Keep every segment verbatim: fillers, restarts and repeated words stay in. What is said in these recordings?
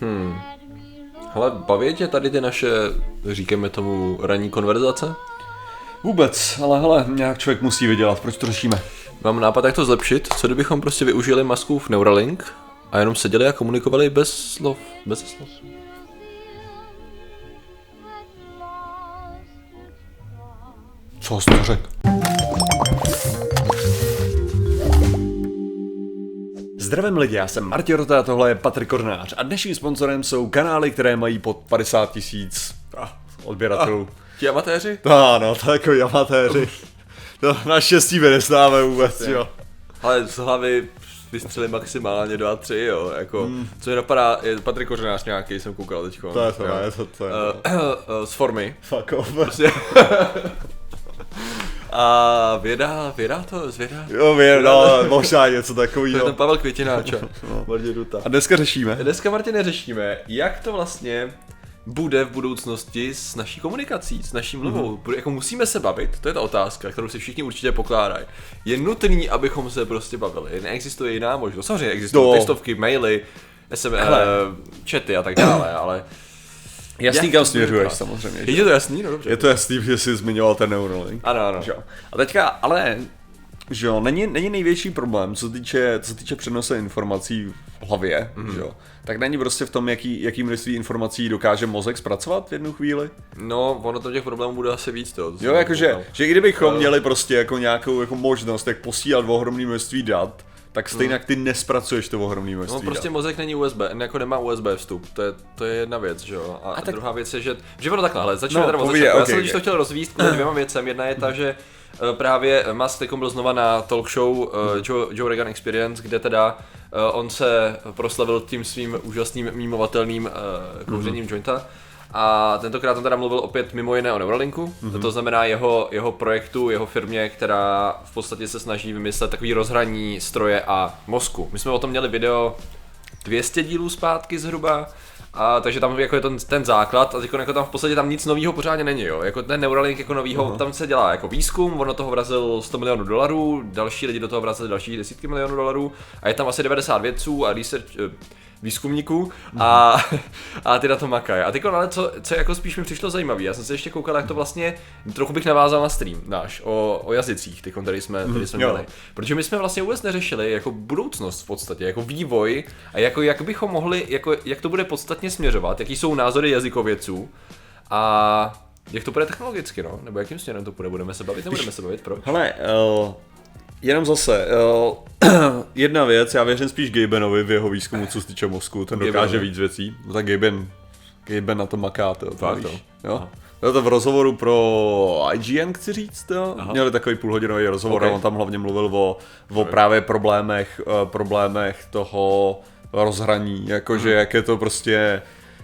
Hmm. Hele, baví tě tady ty naše, říkáme tomu, ranní konverzace? Vůbec, ale hele, nějak člověk musí vydělat, proč to řešíme? Mám nápad, jak to zlepšit, co kdybychom prostě využili Muskův Neuralink a jenom seděli a komunikovali bez slov, bez slov. Co jsi to řekl? Zdravím lidi, já jsem Martin Rota a tohle je Patrik Kornář a dnešním sponzorem jsou kanály, které mají pod padesát tisíc odběratelů. Ah, ti amatéři? Ano, takový amatéři. To naštěstí my nesnáme vůbec, jo. Ale z hlavy vystřeli maximálně dva, tři, jo, jako, hmm. co mi napadá, je Patrik Kořenář nějaký, jsem koukal teďko. To je to, je to, to je to. Uh, uh, z formy. Fuck off. Prostě. A věda, věda to, zvědá. Jo, věda, no, možná něco takovýho. To je ten Pavel Květináča. No. Martin Ruta. A dneska řešíme? Dneska, Martine, řešíme, jak to vlastně bude v budoucnosti s naší komunikací, s naší mluvou. Mm-hmm. Jako musíme se bavit, to je ta otázka, kterou si všichni určitě pokládají. Je nutný, abychom se prostě bavili. Neexistuje jiná možnost. Samozřejmě existují textovky, maily, es em es, chaty a tak dále, ale... Jasný, kam směřuješ samozřejmě. Je to jasný? No dobře. Je to jasný, že jsi zmiňoval ten Neuralink. Ano, ano. A teďka, ale... Že jo, není, není největší problém, co týče, co týče přenosu informací v hlavě, mm. že jo, tak není prostě v tom, jaký, jaký množství informací dokáže mozek zpracovat v jednu chvíli. No, ono to těch problémů bude asi víc, to. Jo, jakože, že kdybychom uh. měli prostě jako nějakou jako možnost, jak posílat ohromné množství dat, tak stejně ty nespracuješ to ohromné množství. No prostě dat. Mozek není U S B, jako nemá U S B vstup, to je, to je jedna věc, že jo. A, a tak... druhá věc je, že, že ono takhle, hele, začneme no, teda od začátku. Okay, já jsem okay. to chtěl rozvíjet k dvěma věcem, jedna je ta, že právě Musk teďkom byl znova na talk show uh, Joe, Joe Rogan Experience, kde teda uh, on se proslavil tím svým úžasným mímovatelným uh, kouřením mm-hmm. jointa. A tentokrát on teda mluvil opět mimo jiné o Neuralinku, mm-hmm. to znamená jeho, jeho projektu, jeho firmě, která v podstatě se snaží vymyslet takový rozhraní stroje a mozku. My jsme o tom měli video dvě stě dílů zpátky zhruba. A takže tam jako je ten, ten základ a jako, jako tam v podstatě tam nic nového pořádně není, jo. Jako ten Neuralink jako novýho, uh-huh. tam se dělá jako výzkum, on do toho vrazil sto milionů dolarů, další lidi do toho vrazili další desítky milionů dolarů a je tam asi devadesát vědců a research, výzkumníků a, uh-huh. a ty na to makají. A teď ale co, co jako spíš mi přišlo zajímavé, já jsem se ještě koukal, jak to vlastně, trochu bych navázal na stream náš, o, o jazycích, ty, který jsme, který jsme měli. Protože my jsme vlastně vůbec neřešili jako budoucnost v podstatě, jako vývoj a jako jak bychom mohli, jako, jak to bude podstatně směřovat, jaký jsou názory jazykovědců a jak to bude technologicky, no? Nebo jakým směrem to půjde, budeme se bavit, nebudeme se bavit, proč? Hele, uh, jenom zase, uh, jedna věc, já věřím spíš Gabenovi v jeho výzkumu, co se týče mozku, ten dokáže Gaben, víc věcí, no tak Gaben, Gaben na to maká, to, to víš, jo? Bylo to v rozhovoru pro I G N, chci říct, jo? Měli takový půlhodinový rozhovor okay. a on tam hlavně mluvil o, o právě problémech, uh, problémech toho rozhraní, jakože hmm. jak je to prostě,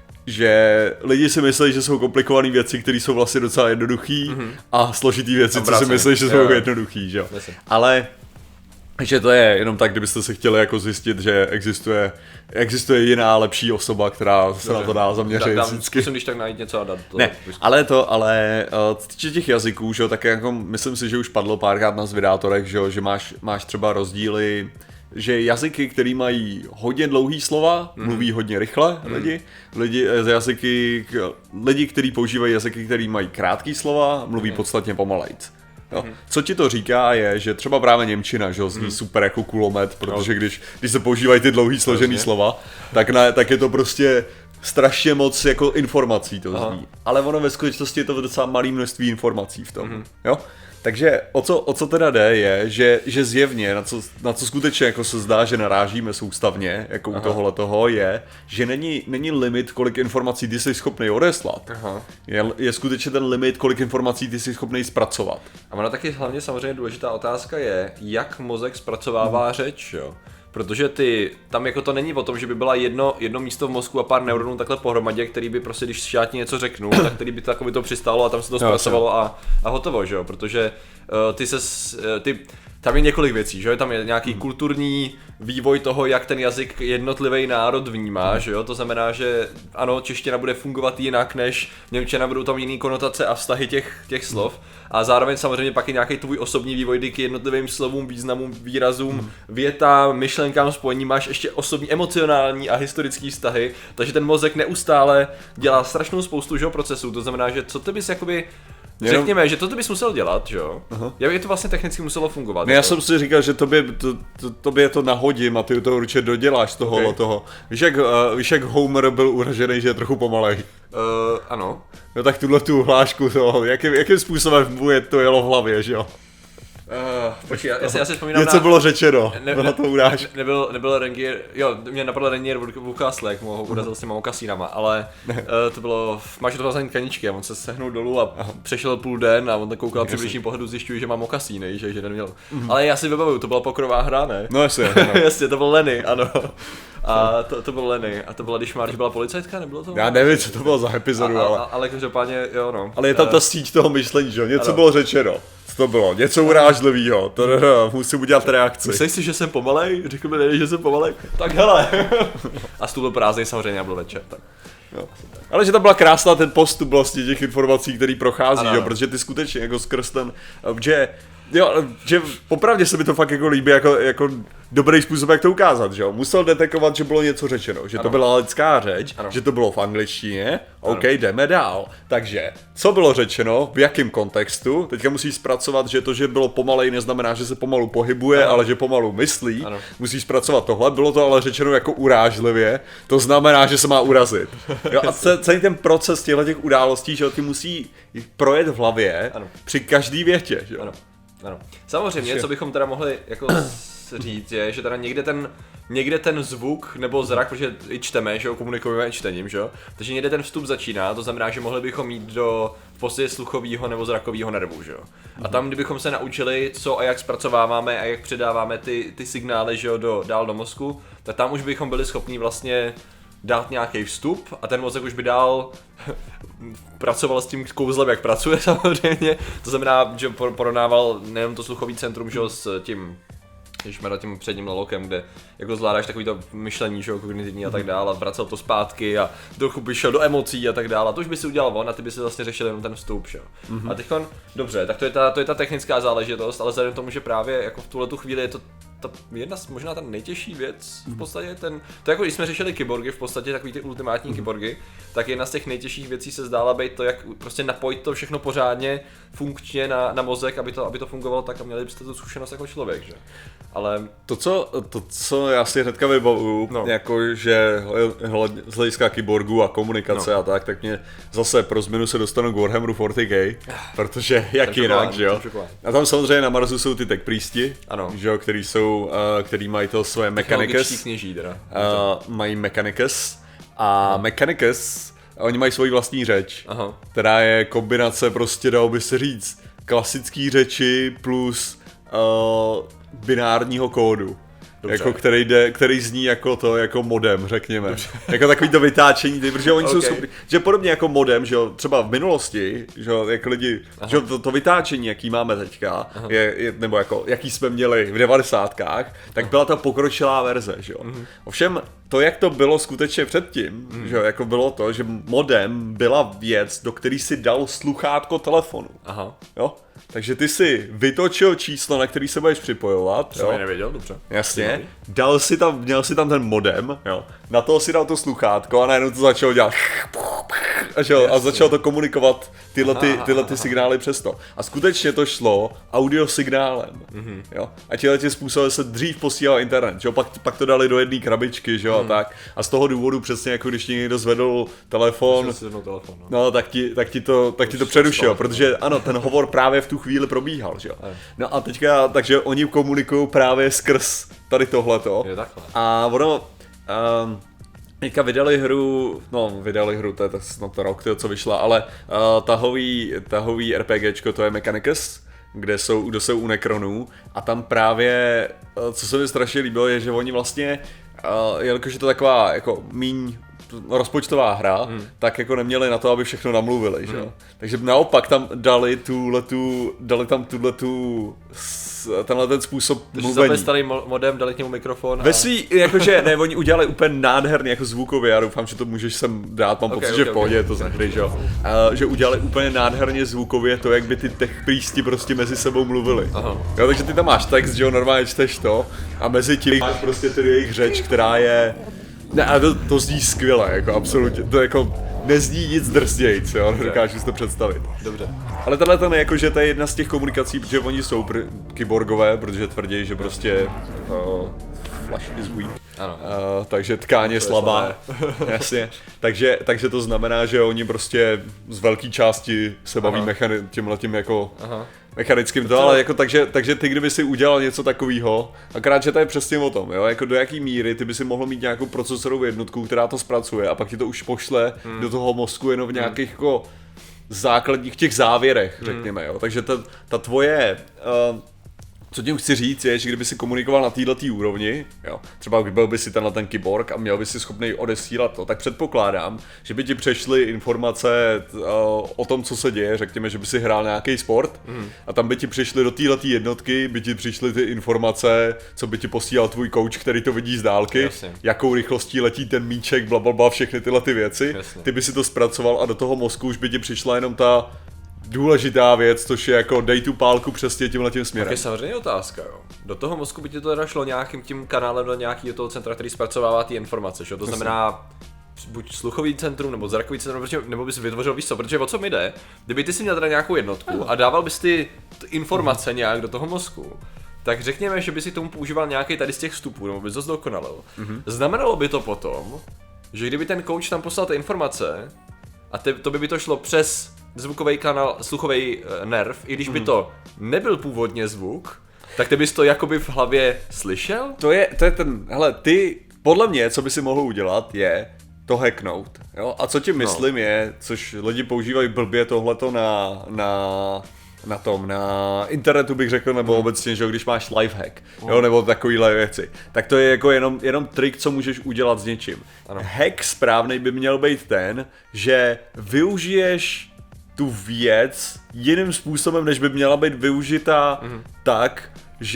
že lidi si myslí, že jsou komplikované věci, které jsou vlastně docela jednoduchý mm-hmm. a složitý věci, co si myslí, že jsou jo. jednoduchý, že jo. Ale že to je jenom tak, kdybyste se chtěli jako zjistit, že existuje, existuje jiná lepší osoba, která se Dobře. na to dá zaměřit. Dám, zkusím když tak najít něco a dát to. Ne, ale to, ale uh, týče těch jazyků, že jo, tak jako myslím si, že už padlo párkrát na zvědátorech, že jo, že máš, máš třeba rozdíly, že jazyky, který mají hodně dlouhý slova, mm. mluví hodně rychle mm. lidi, lidi, jazyky, lidi, kteří používají jazyky, který mají krátký slova, mluví mm. podstatně pomalejc. Jo. Mm. Co ti to říká je, že třeba právě němčina, že zní mm. super jako kulomet, protože když, když se používají ty dlouhý složený Rozně. slova, tak, na, tak je to prostě strašně moc jako informací to Aha. zní. Ale ono ve skutečnosti je to docela malé množství informací v tom. Mm. Jo? Takže o co, o co teda jde je, že, že zjevně, na co, na co skutečně jako se zdá, že narážíme soustavně, jako Aha. u tohle toho, je, že není, není limit, kolik informací ty jsi schopný odeslat. Aha. Je, je skutečně ten limit, kolik informací ty jsi schopný zpracovat. A ona taky hlavně samozřejmě důležitá otázka je, jak mozek zpracovává hmm. řeč, jo? Protože ty, tam jako to není o tom, že by byla jedno, jedno místo v mozku a pár neuronů takhle pohromadě, který by prostě, když já ti něco řeknu, tak který by to, jako by to přistálo a tam se to zpracovalo a, a hotovo, že jo, protože uh, ty se, uh, ty, tam je několik věcí, že tam je nějaký hmm. kulturní vývoj toho, jak ten jazyk jednotlivý národ vnímá, hmm. že jo, to znamená, že ano, čeština bude fungovat jinak než němčina, budou tam jiný konotace a vztahy těch, těch slov hmm. a zároveň samozřejmě pak je nějaký tvůj osobní vývoj, k jednotlivým slovům, významům, výrazům, hmm. větám, myšlenkám, spojení, máš ještě osobní, emocionální a historický vztahy, takže ten mozek neustále dělá strašnou spoustu, že jo, procesů, to znamená, že co ty bys jakoby řekněme, že to ty bys musel dělat, že jo? Uh-huh. Jak by to vlastně technicky muselo fungovat? Ne, já jsem si říkal, že tobě to, to, tobě to nahodím a ty to určitě doděláš tohohle okay. toho. Víš jak, uh, víš, jak Homer byl uražený, že je trochu pomalej? Uh, ano. No tak tuhle tu hlášku toho, jakým, jakým způsobem mu je to jelo v hlavě, že jo? Uh, počkej, já, já si vzpomínám něco na... bylo řečeno, ne, ne, to uráž. Ne, nebyl, nebyl Rengier, jo, mě napadl Rengier Vukasle, jak mu ho urazil s těma mokasínama, ale uh, to bylo, máš to vlastně kaničky a on se sehnul dolů a Aha. přešel půl den a on tak koukal při blížším pohledu, zjišťuji, že má mokasíny, že jeden měl. Mm-hmm. Ale já si vybavuju, to byla pokrová hra, ne? No jasně. No. Jasně, to byl Lenny, ano. A to, to byl Lenny. A to byla, když Marge byla policajtka, nebylo to? Já nevím, co to bylo za epizodu, a, a, ale... A, ale každopádně, jo no. Ale je tam ta síť toho myšlení, že jo? Něco ano. bylo řečeno. Co to bylo? Něco urážlivýho. To ne, ne, musím udělat reakci. Myslíš si, že jsem pomalej? Řekl mi Lenny, že jsem pomalej? Tak hele. A stůl byl prázdnej, samozřejmě, a byl večer. Tak. Jo. Ale že tam byla krásná ten postup vlastně těch informací, který prochází, jo? Protože ty skutečně jako skrz ten, že jo, že popravdě se mi to fakt jako líbí jako, jako dobrý způsob, jak to ukázat, že jo. Musel detekovat, že bylo něco řečeno, že ano. to byla lidská řeč, ano. že to bylo v angličtině, ano. OK, jdeme dál. Takže, co bylo řečeno, v jakém kontextu, teďka musíš zpracovat, že to, že bylo pomalej, neznamená, že se pomalu pohybuje, ano. ale že pomalu myslí, ano. musíš zpracovat tohle, bylo to ale řečeno jako urážlivě, to znamená, že se má urazit. Jo, a celý ten proces těch událostí, že jo, ty musí projet v hlavě ano. při každý větě, že jo. Ano. Ano. Samozřejmě, co bychom teda mohli jako říct, je, že teda někde ten, někde ten zvuk nebo zrak, protože i čteme, že jo, komunikujeme i čtením, že jo, takže někde ten vstup začíná, to znamená, že mohli bychom jít do v podstatě sluchového nebo zrakového nervu, že jo. A tam, kdybychom se naučili, co a jak zpracováváme a jak předáváme ty, ty signály, že jo, do, dál do mozku, tak tam už bychom byli schopni vlastně dát nějaký vstup a ten mozek už by dál pracoval s tím kouzlem, jak pracuje samozřejmě. To znamená, že porovnával nejen to sluchový centrum, že s tím, když jsme na tím předním lalokem, kde jako zvládáš takový to myšlení, že jo, kognitivní a tak dále, a vracel to zpátky a trochu by šel do emocí a tak dále. A to už by si udělal on a ty by si vlastně řešil jenom ten vstup, že jo. Mm-hmm. A teďkon, dobře, tak to je, ta, to je ta technická záležitost, ale vzhledem k tomu, že právě jako v tuhletu chvíli je to ta jedna, možná ta nejtěžší věc v podstatě, ten, to jako když jsme řešili kyborgy, v podstatě takový ty ultimátní kyborgy, tak jedna z těch nejtěžších věcí se zdála být to, jak prostě napojit to všechno pořádně, funkčně na, na mozek, aby to, aby to fungovalo tak a měli byste tu zkušenost jako člověk, že? Ale to, co, to, co já si hnedka vybavuju, no. jako že z hlediska kyborgu a komunikace no. a tak, tak mě zase pro změnu se dostanu k Warhammeru čtyřicet K, protože jak jinak, že jo? A tam samozřejmě na Marsu jsou ty tech priesti, ano. že jo, který jsou Uh, který mají to svoje Mechanicus, kněží, teda. Uh, mají Mechanicus a no. Mechanicus, oni mají svoji vlastní řeč, Aha. která je kombinace prostě, dalo by se říct, klasický řeči plus uh, binárního kódu. Dobře. Jako který, jde, který zní jako to, jako modem, řekněme. Dobře. Jako takový to vytáčení, protože oni okay. jsou schopni, že podobně jako modem, že jo, třeba v minulosti, že jo, jak lidi, Aha. že jo, to, to vytáčení, jaký máme teďka, je, je, nebo jako, jaký jsme měli v devadesátkách, tak byla ta pokročilá verze, že jo. Uh-huh. Ovšem, to, jak to bylo skutečně předtím, uh-huh. že jo, jako bylo to, že modem byla věc, do který si dal sluchátko telefonu, Aha. jo. Takže ty si vytočil číslo, na který se budeš připojovat. Jsem nevěděl, dobře. Jasně. Dal si tam, měl si tam ten modem, jo. Na toho si dal to sluchátko a najednou to začalo dělat a, že, a začalo to komunikovat tyhle, ty, tyhle ty signály přes to. A skutečně to šlo audiosignálem, mm-hmm. jo. A těhle ty způsoby se dřív posílal internet, jo. Pak, pak to dali do jedné krabičky, že jo, mm. a tak. A z toho důvodu přesně jako když ti někdo zvedl telefon, telefon no. no tak ti, tak ti to, tak ti to přerušil, protože ano, ten hovor právě v tu chvíli probíhal, že jo. No a teďka, takže oni komunikují právě skrz tady tohleto. Je takhle. A ono, um, teďka vydali hru, no vydali hru, to je snad to rok, co vyšla, ale uh, tahový, tahový RPGčko, to je Mechanicus, kde jsou, kdo jsou u Necronů a tam právě, uh, co se mi strašně líbilo, je, že oni vlastně, uh, jelikož je to taková jako míň rozpočtová hra, hmm. tak jako neměli na to, aby všechno namluvili, že jo. Hmm. Takže naopak tam dali tuhletu, dali tam tuhletu, tenhle ten způsob Takže mluvení. Takže starý modem, dali k němu mikrofon. A... Ve svý, jakože ne, oni udělali úplně nádherně jako zvukově, já doufám, že to můžeš sem dát, mám okay, pocit, okay, že v pohodě okay. je to znakry, že jo. Uh, že udělali úplně nádherně zvukově to, jak by ty tech prísti prostě mezi sebou mluvili. Aha. Jo, takže ty tam máš text, že jo, normálně čteš to a mezi tím máš prostě tedy jejich řeč, která je... Ne, ale to, to zní skvěle, jako absolutně, to jako nezní nic drsnějc, jo, nedokážu si to představit. Dobře. Ale tenhle ten jako, že to je jedna z těch komunikací, protože oni jsou pr- kyborgové, protože tvrdí, že prostě uh, flash is weak. Ano. Uh, takže tkáň je slabá, jasně. Takže, takže to znamená, že oni prostě z velké části se baví mechani- tímhletím jako... Aha. mechanickým to, ale jako takže, takže ty kdyby si udělal něco takového, akorát, že to je přesně o tom, jo, jako do jaký míry ty by si mohl mít nějakou procesorovou jednotku, která to zpracuje a pak ti to už pošle hmm. do toho mozku jenom v nějakých hmm. jako základních těch závěrech, řekněme, jo, takže ta, ta tvoje, uh, co tím chci říct je, že kdyby si komunikoval na této úrovni, jo, třeba byl by si tenhle ten kyborg a měl by si schopný odesílat to, tak předpokládám, že by ti přešly informace uh, o tom, co se děje, řekněme, že by si hrál nějaký sport mm. a tam by ti přišly do této jednotky, by ti přišly ty informace, co by ti posílal tvůj coach, který to vidí z dálky, Jasně. jakou rychlostí letí ten míček, blablabla, všechny tyhle ty věci, Jasně. ty by si to zpracoval a do toho mozku už by ti přišla jenom ta důležitá věc, což je jako dej tu pálku přesně tímhletím směrem. Tak je samozřejmě otázka, jo. Do toho mozku by ti to teda šlo nějakým tím kanálem do nějakého toho centra, který zpracovává ty informace, že? To znamená buď sluchový centrum, nebo zrakový centrum, nebo bys vytvořil, víš co, protože o co mi jde, kdyby ty si měl teda nějakou jednotku a dával bys ty informace nějak do toho mozku, tak řekněme, že by si k tomu používal nějaký tady z těch vstupů, nebo bys to zdokonalil. Mm-hmm. Znamenalo by to potom, že kdyby ten coach tam poslal ty informace a te, to by by to šlo přes zvukový kanál, sluchový uh, nerv, i když by mm. to nebyl původně zvuk, tak ty bys to jakoby v hlavě slyšel? To je, to je ten, hele, ty, podle mě, co by si mohl udělat, je to hacknout, jo, a co tím no. myslím je, což lidi používají blbě tohleto na, na, na tom, na internetu bych řekl, nebo mm. obecně, že když máš lifehack, mm. jo, nebo takovýhle věci, tak to je jako jenom, jenom trik, co můžeš udělat s něčím. Ano. Hack správnej by měl být ten, že využiješ tu věc jiným způsobem, než by měla být využita mm. tak,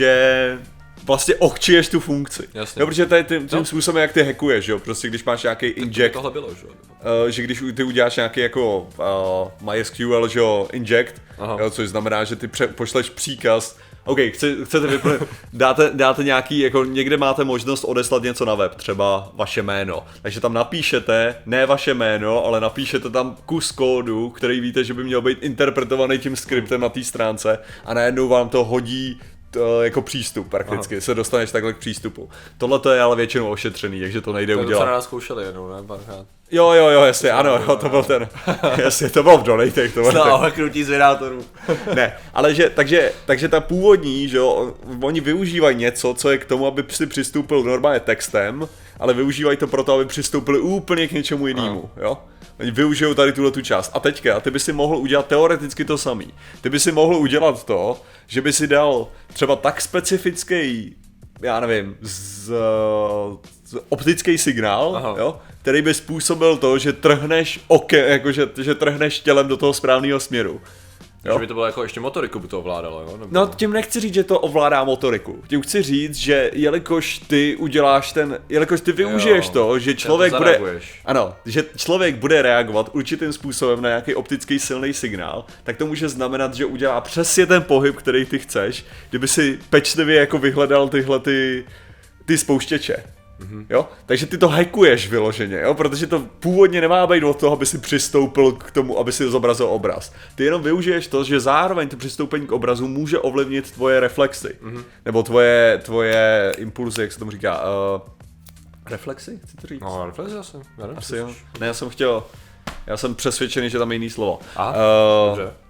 že vlastně ochčiješ tu funkci. Jasně. Jo, protože to je tím, tím no. způsobem, jak ty hackuješ, jo, prostě když máš nějaký inject, tohle bylo, že? Uh, že když ty uděláš nějaký jako uh, MySQL, že jo, inject, jo, což znamená, že ty pře- pošleš příkaz, OK, chci, chcete vyplnit, dáte, dáte nějaký, jako někde máte možnost odeslat něco na web, třeba vaše jméno. Takže tam napíšete, ne vaše jméno, ale napíšete tam kus kódu, který víte, že by měl být interpretovaný tím skriptem na té stránce a najednou vám to hodí to jako přístup prakticky, Aha. se dostaneš takhle k přístupu. Tohle to je ale většinou ošetřený, takže to nejde to udělat. To se na nás zkoušeli jednou, ne? Párkrát. Jo, jo, jo, jasně, ano, jo, to byl ten, jasně, to bylo v donatech, to bylo ten. No, hacknutí z vydátorů. Ne, ale že, takže, takže ta původní, že jo, oni využívají něco, co je k tomu, aby si přistoupil normálně textem, ale využívají to proto, aby přistoupili úplně k něčemu jinému, jo. Oni využijou tady tuhle tu část. A teďka, ty by si mohl udělat teoreticky to samý. Ty by si mohl udělat to, že by si dal třeba tak specifický, já nevím, z, z optický signál, jo, který by způsobil to, že trhneš okem, jakože, že trhneš tělem do toho správného směru. Jo? Že by to bylo jako ještě motoriku by to ovládalo, jo? Nebo... No tím nechci říct, že to ovládá motoriku. Tím chci říct, že jelikož ty uděláš ten, jelikož ty využiješ jo, to, že člověk to bude, ano, že člověk bude reagovat určitým způsobem na nějaký optický silný signál, tak to může znamenat, že udělá přesně ten pohyb, který ty chceš, kdyby si pečlivě jako vyhledal tyhle ty, ty spouštěče. Mm-hmm. Jo? Takže ty to hackuješ vyloženě, jo? Protože to původně nemá být od toho, aby si přistoupil k tomu, aby si zobrazil obraz. Ty jenom využiješ to, že zároveň to přistoupení k obrazu může ovlivnit tvoje reflexy. Mm-hmm. Nebo tvoje, tvoje impulzy, jak se tomu říká. Uh, reflexy? Chci to říct? No, reflexy asi. Já asi jo. Ne, já jsem chtěl, já jsem přesvědčený, že tam je jiný slovo. Aha, uh, dobře.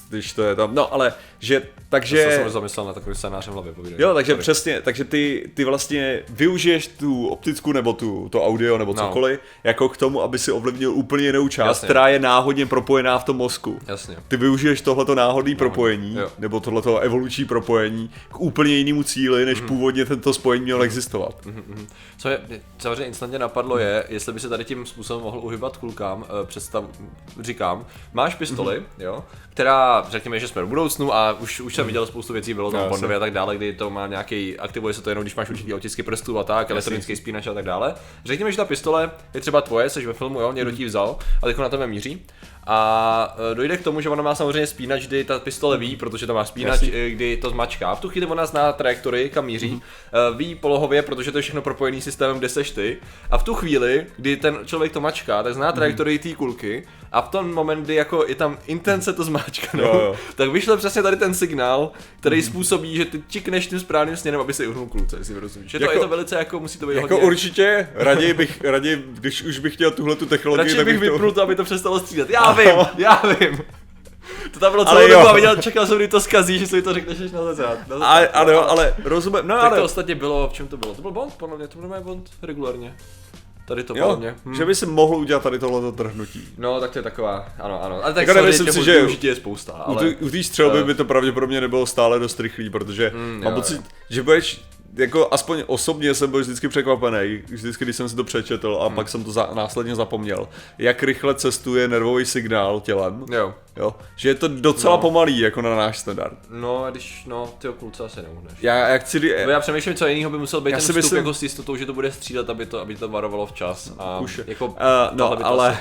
když to je tam, no ale, že, takže... To jsem zamyslel na takový scénářem v hlavě, povídej. Jo, takže Sorry. přesně, takže ty, ty vlastně využiješ tu optickou nebo tu, to audio nebo cokoliv, no. jako k tomu, aby si ovlivnil úplně jinou část, Jasně. která je náhodně propojená v tom mozku. Jasně. Ty využiješ tohleto náhodné propojení, jo. nebo tohleto evoluční propojení k úplně jinému cíli, než mm-hmm. původně tento spojení mělo mm-hmm. existovat. Mm-hmm. Co je, samozřejmě instantně napadlo je, jestli by se tady tím způsobem mohl uhybat kulkám, představ, říkám, máš pistoli, mm-hmm. jo, která, řekněme, že jsme v budoucnu a už, už jsem viděl spoustu věcí, bylo tam Bondově a tak dále, kdy to má nějaký, aktivuje se to jenom, když máš určitý otisky prstů a tak, elektronický spínač a tak dále. Řekněme, že ta pistole je třeba tvoje, jsi ve filmu, jo, někdo ti vzal a teď na tebe míří. A dojde k tomu, že ona má samozřejmě spínač, kdy ta pistole ví, protože to má spínač, Jasný. kdy to zmačká. V tu chvíli ona zná trajektorii, kam míří, mm-hmm. ví polohově, protože to je všechno propojený systémem, kde seš ty. A v tu chvíli, kdy ten člověk to mačká, tak zná trajektorii té kulky. A v tom moment, kdy jako je tam intence to zmáčknout, tak vyšle přesně tady ten signál, který mm-hmm. způsobí, že ty čikneš tím správným směrem, aby se uhnul kulce, jestli rozumíš. Že to jako, je to velice jako musí to být jako hodně. určitě, raději bych, raději, když už bych chtěl tuhle tu technologii, radši tak bych bych vypnul to, aby to přestalo střílet. Já vím, já vím. To tam bylo celou dobu a viděl, čekal jsem, kdy to zkazí, že si to řekneš až na začátku. Ale, ale, ale rozumím, no tak ale... to ostatně bylo, v čem to bylo? To byl Bond, podle mě, to byl Bond regulárně. Tady to podle mě. Hm. Že by si mohl udělat tady tohleto trhnutí. No, tak to je taková, ano, ano. Ale tak jako nemyslím si, že užití je spousta, ale... U té střelby uh... by to pravděpodobně nebylo stále dost rychlý, protože mm, mám jo, pocit, jo. že budeš... Jako aspoň osobně jsem byl vždycky překvapený, vždycky, když jsem si to přečetl a hmm. pak jsem to za, následně zapomněl, jak rychle cestuje nervový signál tělem, jo. Jo, že je to docela no. pomalý, jako na náš standard. No, když, no, tyho kluce asi neuhneš. Já, já chci... Já přemýšlím, co jiného by musel být ten vstup myslím... jako s jistotou, že to bude střílet, aby to, aby to varovalo včas. A jako, uh, no, ale...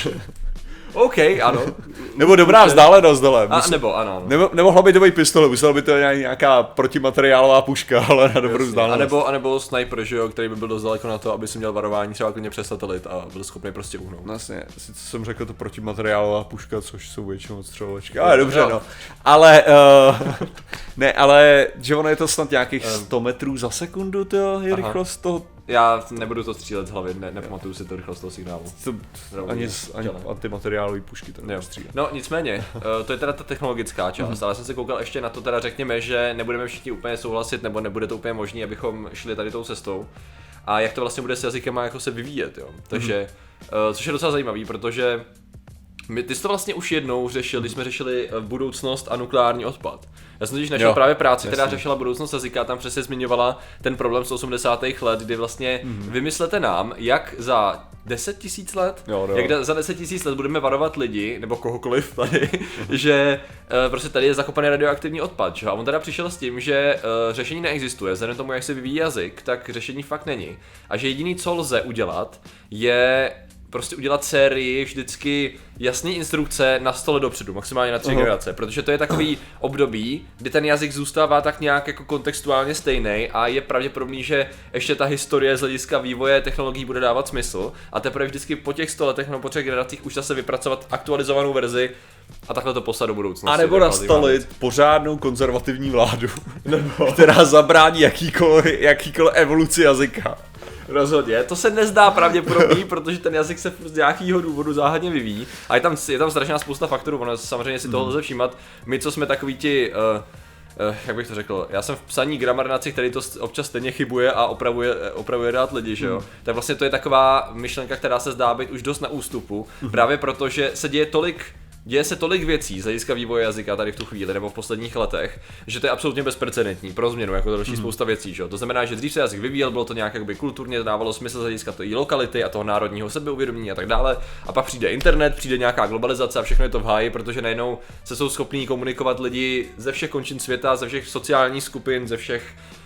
OK, ano. Nebo dobrá vzdálenost dole. A, nebo ano. ano. Nebo, nemohla by to být pistole, musela by to nějaká protimateriálová puška, ale na dobrou vzdálenost. A nebo, a nebo sniper, že jo, který by byl dost daleko na to, aby si měl varování třeba klidně přes satelit a byl schopný prostě uhnout. Vlastně, sice jsem řekl to protimateriálová puška, což jsou většinou střelovačky. Ale dobře, no. Ale, uh, ne, ale, že ono je to snad nějakých sto metrů za sekundu, to je rychlost toho. Já nebudu to střílet z hlavy, ne, nepamatuju si to rychlost toho signálu. To, ani z, ani antimateriálové pušky to nebudu střílet. No nicméně, to je teda ta technologická část, mm. ale jsem se koukal ještě na to, teda řekněme, že nebudeme všichni úplně souhlasit, nebo nebude to úplně možné, abychom šli tady tou cestou. A jak to vlastně bude s jazykem a jako se vyvíjet, jo. Takže, mm. což je docela zajímavý, protože my, ty jsi to vlastně už jednou řešil, když jsme řešili budoucnost a nukleární odpad. Já jsem totiž našel jo, právě práci, která jasný. řešila budoucnost jazyka, tam přesně zmiňovala ten problém z osmdesátých let, kdy vlastně mm-hmm. vymyslete nám, jak za deset tisíc let, jo, jo. jak da, za deset tisíc let budeme varovat lidi, nebo kohokoliv tady, že uh, prostě tady je zakopaný radioaktivní odpad, že? A on teda přišel s tím, že uh, řešení neexistuje, vzhledem tomu, jak se vyvíjí jazyk, tak řešení fakt není. A že jediný, co lze udělat, je prostě udělat sérii vždycky jasné instrukce na stole dopředu, maximálně na tři uh-huh. generace, protože to je takový období, kdy ten jazyk zůstává tak nějak jako kontextuálně stejný a je pravděpodobný, že ještě ta historie z hlediska vývoje technologií bude dávat smysl a teprve vždycky po těch sto letech nebo po třech generacích už zase vypracovat aktualizovanou verzi a takhle to poslat do budoucnosti. A nebo nastolit pořádnou konzervativní vládu, nebo která zabrání jakýkoliv, jakýkoliv evoluci jazyka. Rozhodně, to se nezdá pravděpodobný, protože ten jazyk se z nějakého důvodu záhadně vyvíjí a je tam, je tam strašná spousta faktorů, ono samozřejmě si toho lze všímat. My, co jsme takový ti, uh, uh, jak bych to řekl, já jsem v psaní gramarnaci, který to občas stejně chybuje a opravuje, opravuje rád lidi, že jo, mm. tak vlastně to je taková myšlenka, která se zdá být už dost na ústupu, mm. právě proto, že se děje tolik Děje se tolik věcí z hlediska vývoje jazyka tady v tu chvíli nebo v posledních letech, že to je absolutně bezprecedentní pro změnu, jako další mm. spousta věcí, že? To znamená, že dřív se jazyk vyvíjel, bylo to nějak jakoby kulturně, dávalo smysl z hlediska té lokality a toho národního sebeuvědomění a tak dále. A pak přijde internet, přijde nějaká globalizace a všechno je to v háji, protože najednou se jsou schopní komunikovat lidi ze všech končin světa, ze všech sociálních skupin, ze všech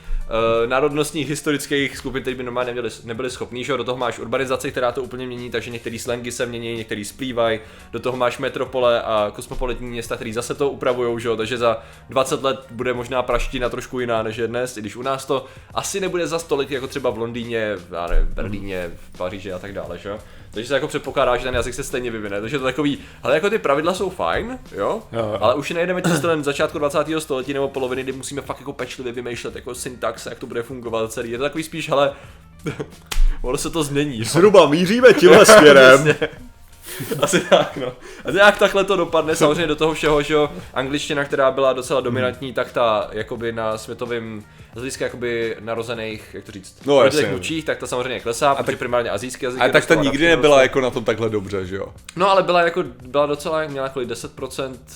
Uh, národnostních historických skupin, které by normálně nebyly, nebyly schopný, že do toho máš urbanizaci, která to úplně mění, takže některé slangy se mění, některé splývají, do toho máš metropole a kosmopolitní města, které zase to upravujou, že takže za dvacet let bude možná praština trošku jiná než je dnes, i když u nás to asi nebude za tolik jako třeba v Londýně, v Berlíně, v Paříži a tak dále, že? Takže se jako předpokládá, že ten jazyk se stejně vyvine, takže to takový, ale jako ty pravidla jsou fajn, jo, jo. ale už nejdeme tím stylem začátku dvacátého století nebo poloviny, kdy musíme fakt jako pečlivě vymýšlet jako syntax, jak to bude fungovat celý, je to takový spíš, hele, ono se to změní. Zhruba míříme tímhle směrem. Asi tak, no. A nějak takhle to dopadne, samozřejmě do toho všeho, že jo, angličtina, která byla docela dominantní, tak ta jakoby na světovém, z hlediska jakoby narozených, jak to říct, no, jasně, těch mluvčích, tak ta samozřejmě klesá, a protože tak, primárně asijský jazyk. A tak ta nikdy nebyla jako na tom takhle dobře, že jo? No ale byla jako, byla docela, měla kolik deset procent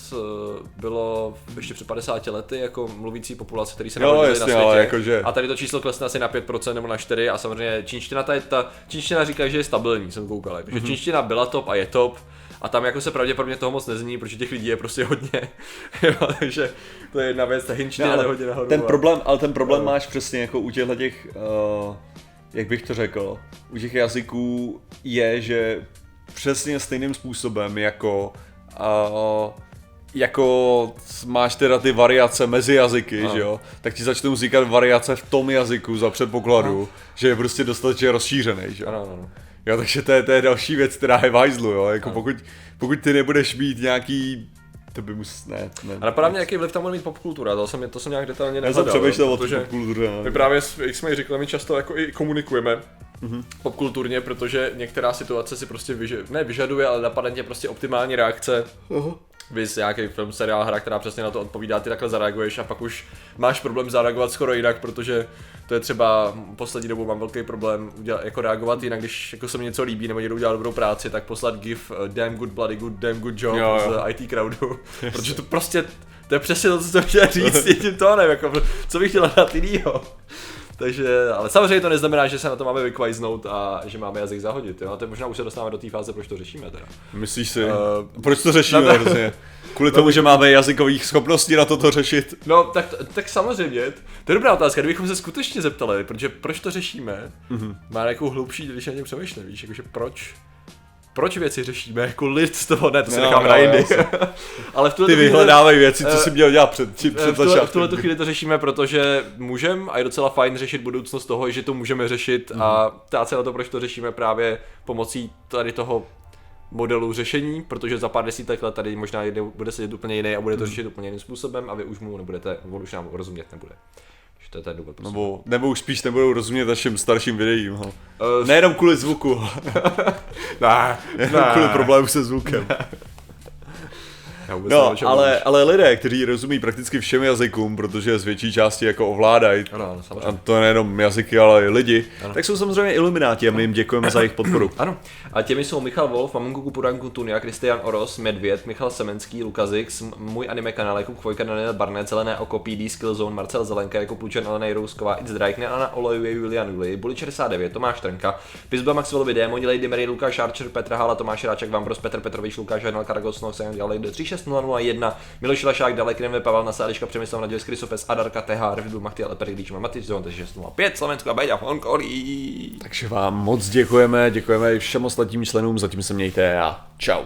bylo ještě před padesáti lety jako mluvící populace, který se narodili na světě. Jako, že... A tady to číslo klesne asi na pět procent nebo na čtyři procenta a samozřejmě čínština, ta, je, ta čínština říká, že je stabilní, jsem koukal, takže mm-hmm. čínština byla top a je top. A tam jako se pravděpodobně toho moc nezní, protože těch lidí je prostě hodně. Jo, takže to je jedna věc, ta hinčtina no, je hodně nahoru. Ten problém, ale ten problém máš přesně jako u těchto těch, uh, jak bych to řekl, u těch jazyků je, že přesně stejným způsobem jako uh, jako máš teda ty variace mezi jazyky, no. že jo, tak ti začnou říkat variace v tom jazyku za předpokladu, no. že je prostě dostatečně rozšířený, že jo. No, no, no. Jo, takže to je, to je další věc, která je v hajzlu, jo, jako no. pokud, pokud ty nebudeš mít nějaký, to by mus, ne, ne. A napadá mě, jaký vliv tam bude mít popkultura, to jsem, to jsem nějak detailně nezadal. Já jsem přemýšlel o popkultuře. My právě, jak jsme ji řekli, my často jako i komunikujeme mm-hmm. popkulturně, protože některá situace si prostě vyžaduje, ne vyžaduje, ale napadne tě prostě optimální reakce. Uh-huh. Vys nějaký film, seriál, hra, která přesně na to odpovídá, ty takhle zareaguješ a pak už máš problém zareagovat skoro jinak, protože to je třeba poslední dobou mám velký problém udělat, jako reagovat jinak, když jako se mi něco líbí nebo někdo udělal dobrou práci, tak poslat gif uh, damn good bloody good, damn good job jo, jo. z I T crowdu, protože to prostě, to je přesně to, co jsem chtěl říct tím tónem, jako, co bych chtěl dát jinýho. Takže, ale samozřejmě to neznamená, že se na to máme vykvajznout a že máme jazyk zahodit, jo? A to možná už se dostáváme do té fáze, proč to řešíme teda. Myslíš si? Uh, proč to řešíme no, vlastně? Kvůli tomu, že máme jazykových schopností na toto řešit? No, tak, tak samozřejmě, to je dobrá otázka, kdybychom se skutečně zeptali, protože proč to řešíme, mm-hmm. má nějakou hlubší, když na něm přemýšlím, víš, jakože proč? Proč věci řešíme jako lid z toho, ne, to se no, necháme no, na jindy. Ale v tuhle Ty vyhledávají věci, co jsi měl dělat před, před začátkem. V tuhle chvíli to řešíme, protože můžeme a je docela fajn řešit budoucnost toho, že to můžeme řešit mm. a ptát se na to, proč to řešíme právě pomocí tady toho modelu řešení, protože za pár desítek let tady možná jde, bude sedět úplně jiný a bude to řešit úplně jiným způsobem a vy už mu nebudete, už nám rozumět nebude. To je ten důvod, nebo, nebo už spíš nebudou rozumět našim starším videím. Uh, Nejenom kvůli zvuku. ne, ne. Kvůli problému se zvukem. No, ale, ale lidé, kteří rozumí prakticky všem jazykům, protože z větší části jako ovládají, ano, a to nejenom jazyky, ale i lidi, ano. tak jsou samozřejmě ilumináti a my jim děkujeme za jejich podporu. Ano, a těmi jsou Michal Wolf, Mamunku Kupuranku Tunia, Kristian Oros, Medvěd, Michal Semenský, Lukazix, můj anime kanál Jakub Chvojka, Daniel Barnett, Zelené oko, P D, Skillzone, Marcel Zelenka, Jakub Lučan, Alena Jirousková, It's Drake, Anna Olejuje, Julian Juli, Bully šedesát devět, Tomáš Trnka, Pizba Maxwellovi, Démoni, Lady Mary, Lukáš Archer, Petr Hala, Tomáš Ráček, Vambros, Petr Petrovič, Lukáš Hernal, Karagos, Noxen, Galej, tři šest nula nula jedna, Miloš Lašák, Dalek, Renve, Pavel Nasáliška, Přemysl Naděj, Krysopes, Adarka, T H, Revidu, Machty, Leper, Líč, Matič, Zon, takže šest nula pět, Slovensko a Bejda, Honkolí. Takže vám moc děkujeme, děkujeme i všem ostatním členům, zatím se mějte a čau.